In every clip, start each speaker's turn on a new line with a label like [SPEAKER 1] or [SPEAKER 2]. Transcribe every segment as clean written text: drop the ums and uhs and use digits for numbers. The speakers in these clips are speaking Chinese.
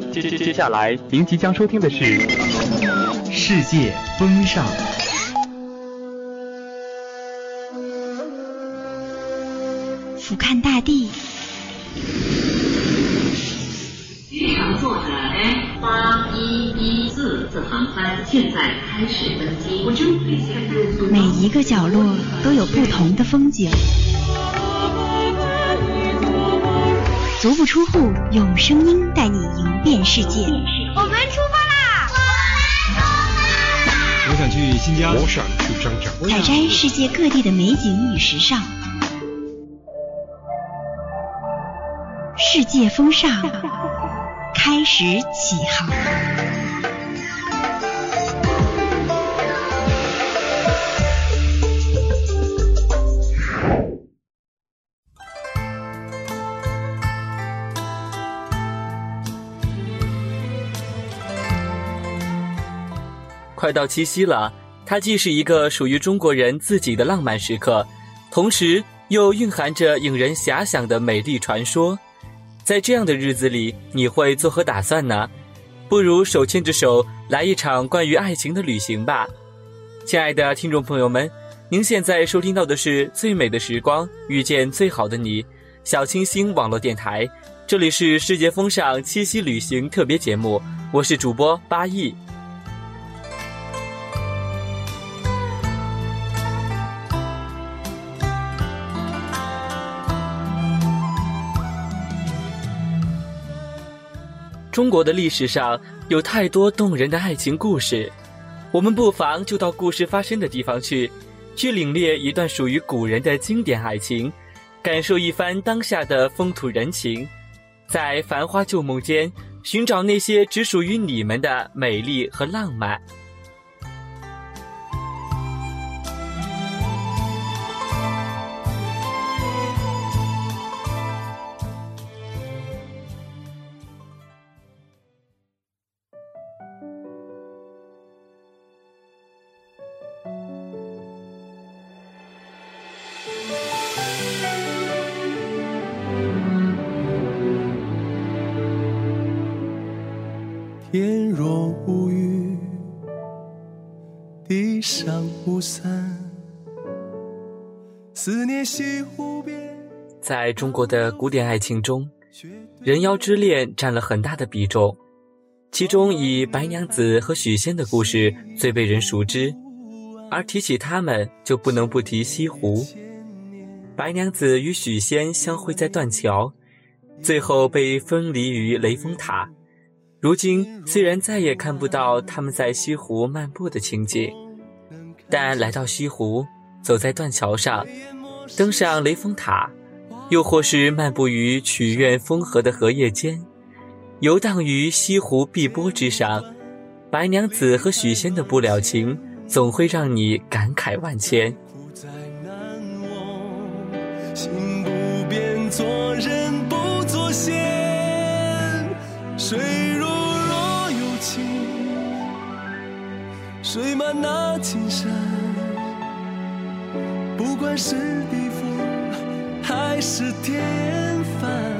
[SPEAKER 1] 接下来您即将收听的是《世界风尚》。
[SPEAKER 2] 俯瞰大地，
[SPEAKER 3] 机场坐着 F8114次航班现在开始登机。
[SPEAKER 2] 每一个角落都有不同的风景。足不出户，用声音带你游遍世界。
[SPEAKER 4] 我们出发啦！
[SPEAKER 5] 我想去新疆，
[SPEAKER 6] 我想去张家，
[SPEAKER 2] 采摘世界各地的美景与时尚。世界风尚开始起航。
[SPEAKER 7] 快到七夕了，它既是一个属于中国人自己的浪漫时刻，同时又蕴含着引人遐想的美丽传说。在这样的日子里，你会作何打算呢？不如手牵着手来一场关于爱情的旅行吧。亲爱的听众朋友们，您现在收听到的是最美的时光，遇见最好的你，小清新网络电台，这里是世界风尚七夕旅行特别节目，我是主播八亿。中国的历史上有太多动人的爱情故事，我们不妨就到故事发生的地方去领略一段属于古人的经典爱情，感受一番当下的风土人情，在繁花旧梦间寻找那些只属于你们的美丽和浪漫。
[SPEAKER 8] 天若无雨，地上无伞，思念西湖边。
[SPEAKER 7] 在中国的古典爱情中，人妖之恋占了很大的比重，其中以白娘子和许仙的故事最被人熟知，而提起他们就不能不提西湖。白娘子与许仙相会在断桥，最后被分离于雷峰塔。如今虽然再也看不到他们在西湖漫步的情景，但来到西湖，走在断桥上，登上雷峰塔，又或是漫步于曲院风荷的荷叶间，游荡于西湖碧波之上，白娘子和许仙的不了情总会让你感慨万千。
[SPEAKER 8] 心不变，做人不做仙，水如若有情，水漫那青山，不管是地府还是天凡。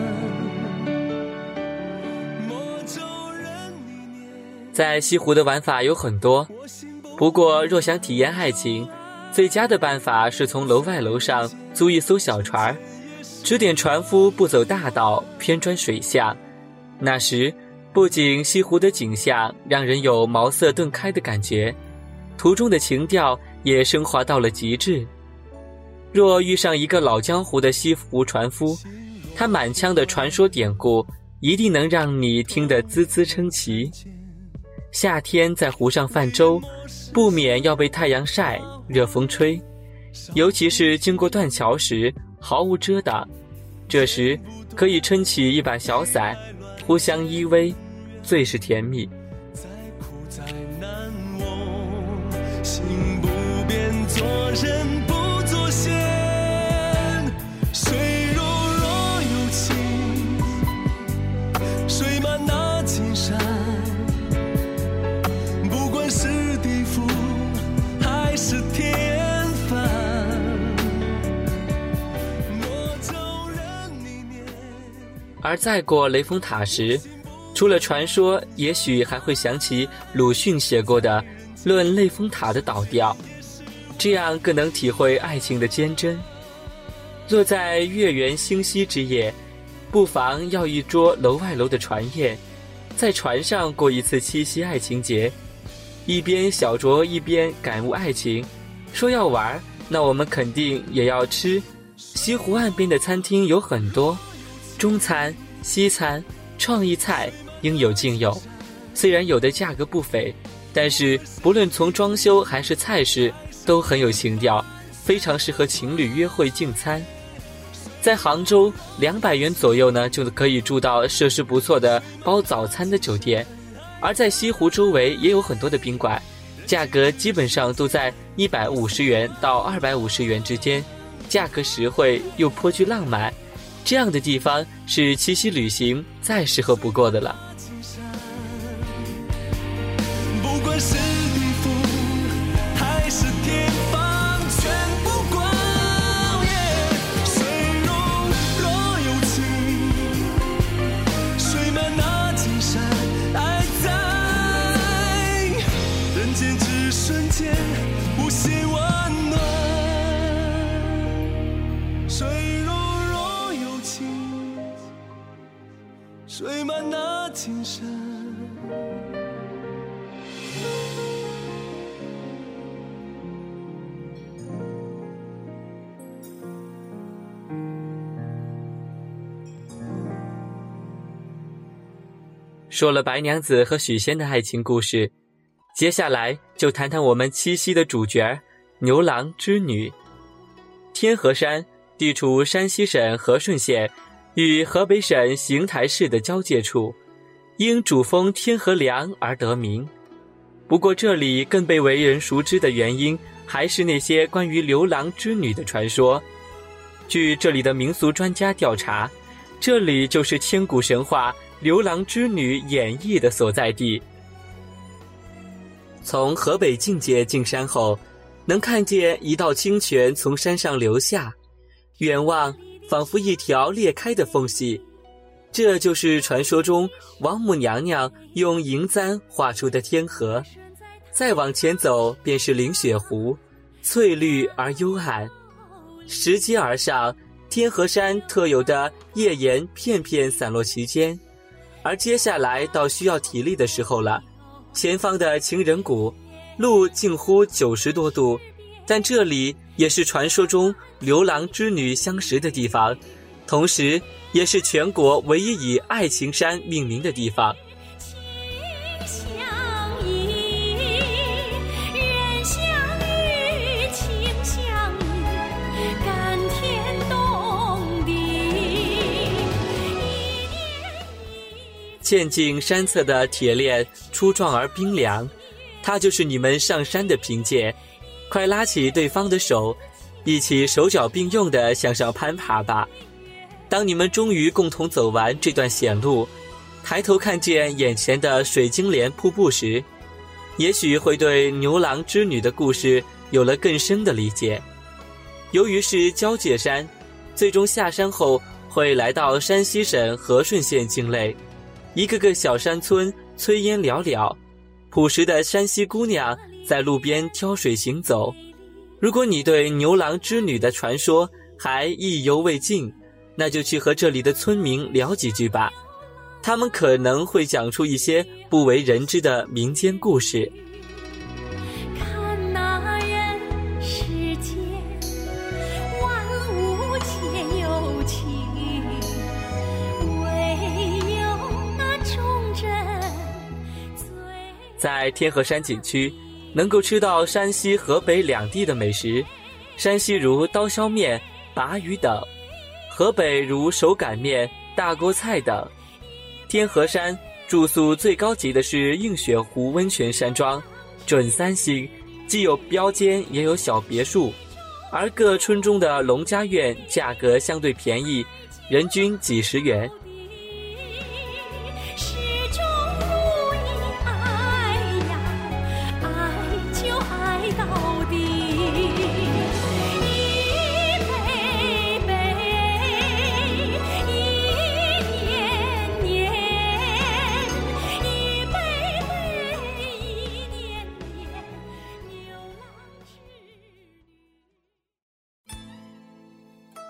[SPEAKER 7] 在西湖的玩法有很多，不过若想体验爱情，最佳的办法是从楼外楼上租一艘小船，指点船夫不走大道，偏专水巷。那时不仅西湖的景象让人有茅塞顿开的感觉，途中的情调也升华到了极致。若遇上一个老江湖的西湖船夫，他满腔的传说典故一定能让你听得滋滋称奇。夏天在湖上泛舟，不免要被太阳晒，热风吹，尤其是经过断桥时毫无遮挡，这时可以撑起一把小伞，互相依偎，最是甜蜜。
[SPEAKER 8] 再难忘，心不变，做人不做仙，水如若有情，水漫那青山，不管是地府还是天凡。
[SPEAKER 7] 而再过雷峰塔时， 除了传说，也许还会想起鲁迅写过的《论泪峰塔的倒调》，这样更能体会爱情的坚贞。若在月圆星稀之夜，不妨要一桌楼外楼的船宴，在船上过一次七夕爱情节，一边小酌一边感悟爱情。说要玩，那我们肯定也要吃。西湖岸边的餐厅有很多，中餐、西餐、创意菜应有尽有。虽然有的价格不菲，但是不论从装修还是菜式都很有情调，非常适合情侣约会竞餐。在杭州200元左右呢，就可以住到设施不错的包早餐的酒店，而在西湖周围也有很多的宾馆，价格基本上都在150元到250元之间，价格实惠又颇具浪漫。这样的地方是七夕旅行再适合不过的了。
[SPEAKER 8] 不管是地府还是天方，全不管。水中若有情，水漫那金山，爱在人间只瞬间，无限温暖。水中若有情，水漫那金山。
[SPEAKER 7] 说了白娘子和许仙的爱情故事，接下来就谈谈我们七夕的主角牛郎织女。天河山地处山西省和顺县与河北省邢台市的交界处，因主峰天河梁而得名。不过这里更被为人熟知的原因，还是那些关于牛郎织女的传说。据这里的民俗专家调查，这里就是千古神话牛郎织女演绎的所在地。从河北境界进山后，能看见一道清泉从山上流下，远望仿佛一条裂开的缝隙，这就是传说中王母娘娘用银簪画出的天河。再往前走便是凌雪湖，翠绿而幽暗。拾阶而上，天河山特有的页岩片片散落其间。而接下来到需要体力的时候了，前方的情人谷，路近乎90多度，但这里也是传说中牛郎织女相识的地方，同时也是全国唯一以爱情山命名的地方。渐进山侧的铁链粗壮而冰凉，它就是你们上山的凭借。快拉起对方的手，一起手脚并用地向上攀爬吧。当你们终于共同走完这段险路，抬头看见眼前的水晶帘瀑布时，也许会对牛郎织女的故事有了更深的理解。由于是交界山，最终下山后会来到山西省和顺县境内，一个个小山村炊烟袅袅，朴实的山西姑娘在路边挑水行走。如果你对牛郎织女的传说还意犹未尽，那就去和这里的村民聊几句吧，他们可能会讲出一些不为人知的民间故事。
[SPEAKER 5] 看那人世间万物皆有情，唯有那忠贞最。
[SPEAKER 7] 在天河山景区能够吃到山西河北两地的美食，山西如刀削面、鲅鱼等，河北如手擀面、大锅菜等。天河山住宿最高级的是映雪湖温泉山庄，准3星，既有标间也有小别墅，而各村中的农家院价格相对便宜，人均几十元。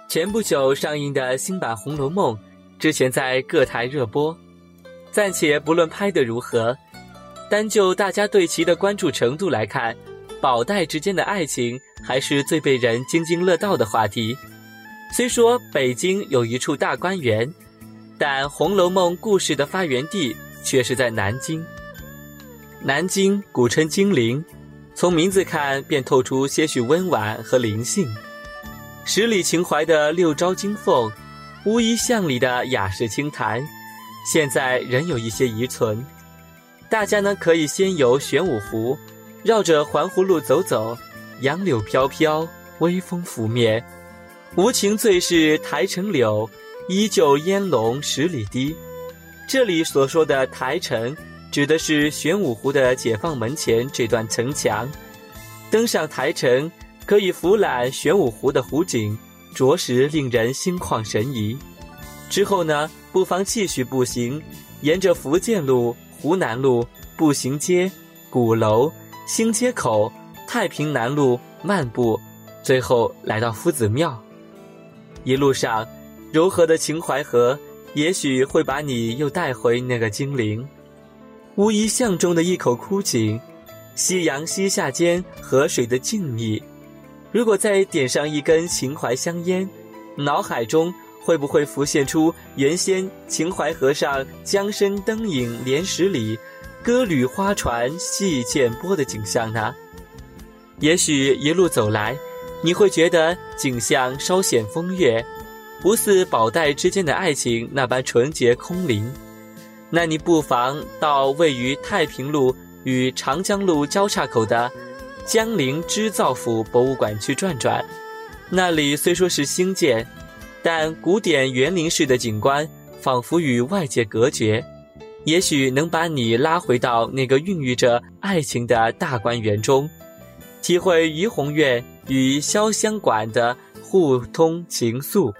[SPEAKER 7] 前不久上映的新版《红楼梦》之前在各台热播，暂且不论拍得如何，单就大家对其的关注程度来看，宝黛之间的爱情还是最被人津津乐道的话题。虽说北京有一处大观园，但《红楼梦》故事的发源地却是在南京。南京古称金陵，从名字看便透出些许温婉和灵性。十里秦淮的六朝金凤，乌衣巷里的雅士清谈，现在仍有一些遗存。大家呢可以先游玄武湖，绕着环湖路走走，杨柳飘飘，微风拂面，无情最是台城柳，依旧烟笼十里堤。这里所说的台城指的是玄武湖的解放门前这段城墙。登上台城，可以俯览玄武湖的湖景，着实令人心旷神怡。之后呢，不妨继续步行，沿着福建路、湖南路、步行街、鼓楼、新街口、太平南路漫步，最后来到夫子庙。一路上，柔和的秦淮河也许会把你又带回那个金陵。乌衣巷中的一口枯井，夕阳西下间河水的静谧，如果再点上一根秦淮香烟，脑海中会不会浮现出原先秦淮河上江参灯影连十里，歌旅花船戏涧波的景象呢？也许一路走来，你会觉得景象稍显风月，不似宝黛之间的爱情那般纯洁空灵。那你不妨到位于太平路与长江路交叉口的江陵织造府博物馆去转转。那里虽说是新建，但古典园林式的景观仿佛与外界隔绝，也许能把你拉回到那个孕育着爱情的大观园中，体会怡红院与潇湘馆的互通情愫。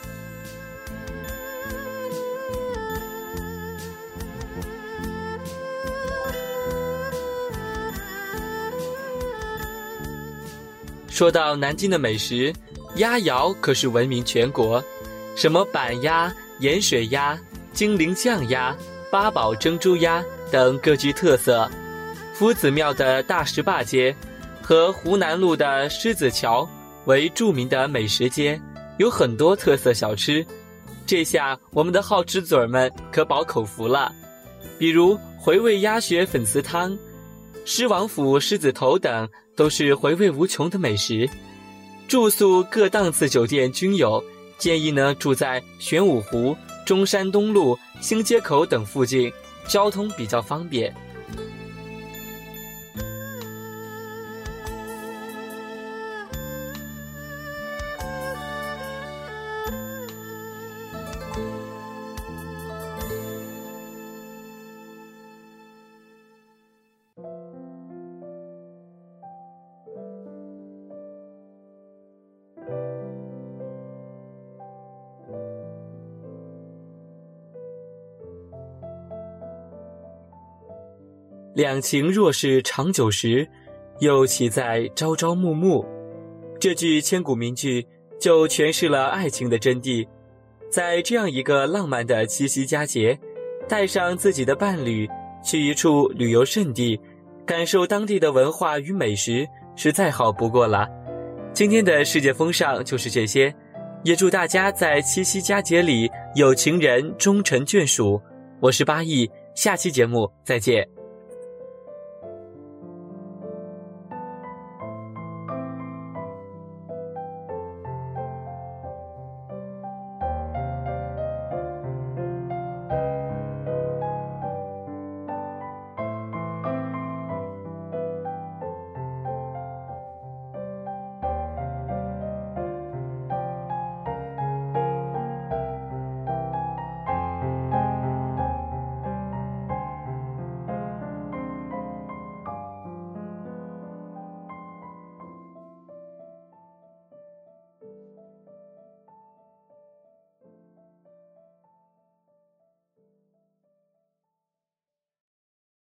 [SPEAKER 7] 说到南京的美食，鸭肴可是闻名全国，什么板鸭、盐水鸭、金陵酱鸭、八宝珍珠鸭等各具特色。夫子庙的大石坝街和湖南路的狮子桥为著名的美食街，有很多特色小吃。这下我们的好吃嘴们可饱口福了，比如回味鸭血粉丝汤、狮王府狮子头等都是回味无穷的美食。住宿各档次酒店均有，建议呢住在玄武湖、中山东路、新街口等附近，交通比较方便。两情若是长久时，又岂在朝朝暮暮。这句千古名句就诠释了爱情的真谛。在这样一个浪漫的七夕佳节，带上自己的伴侣，去一处旅游胜地，感受当地的文化与美食，是再好不过了。今天的世界风尚就是这些，也祝大家在七夕佳节里有情人终成眷属。我是八亿，下期节目再见。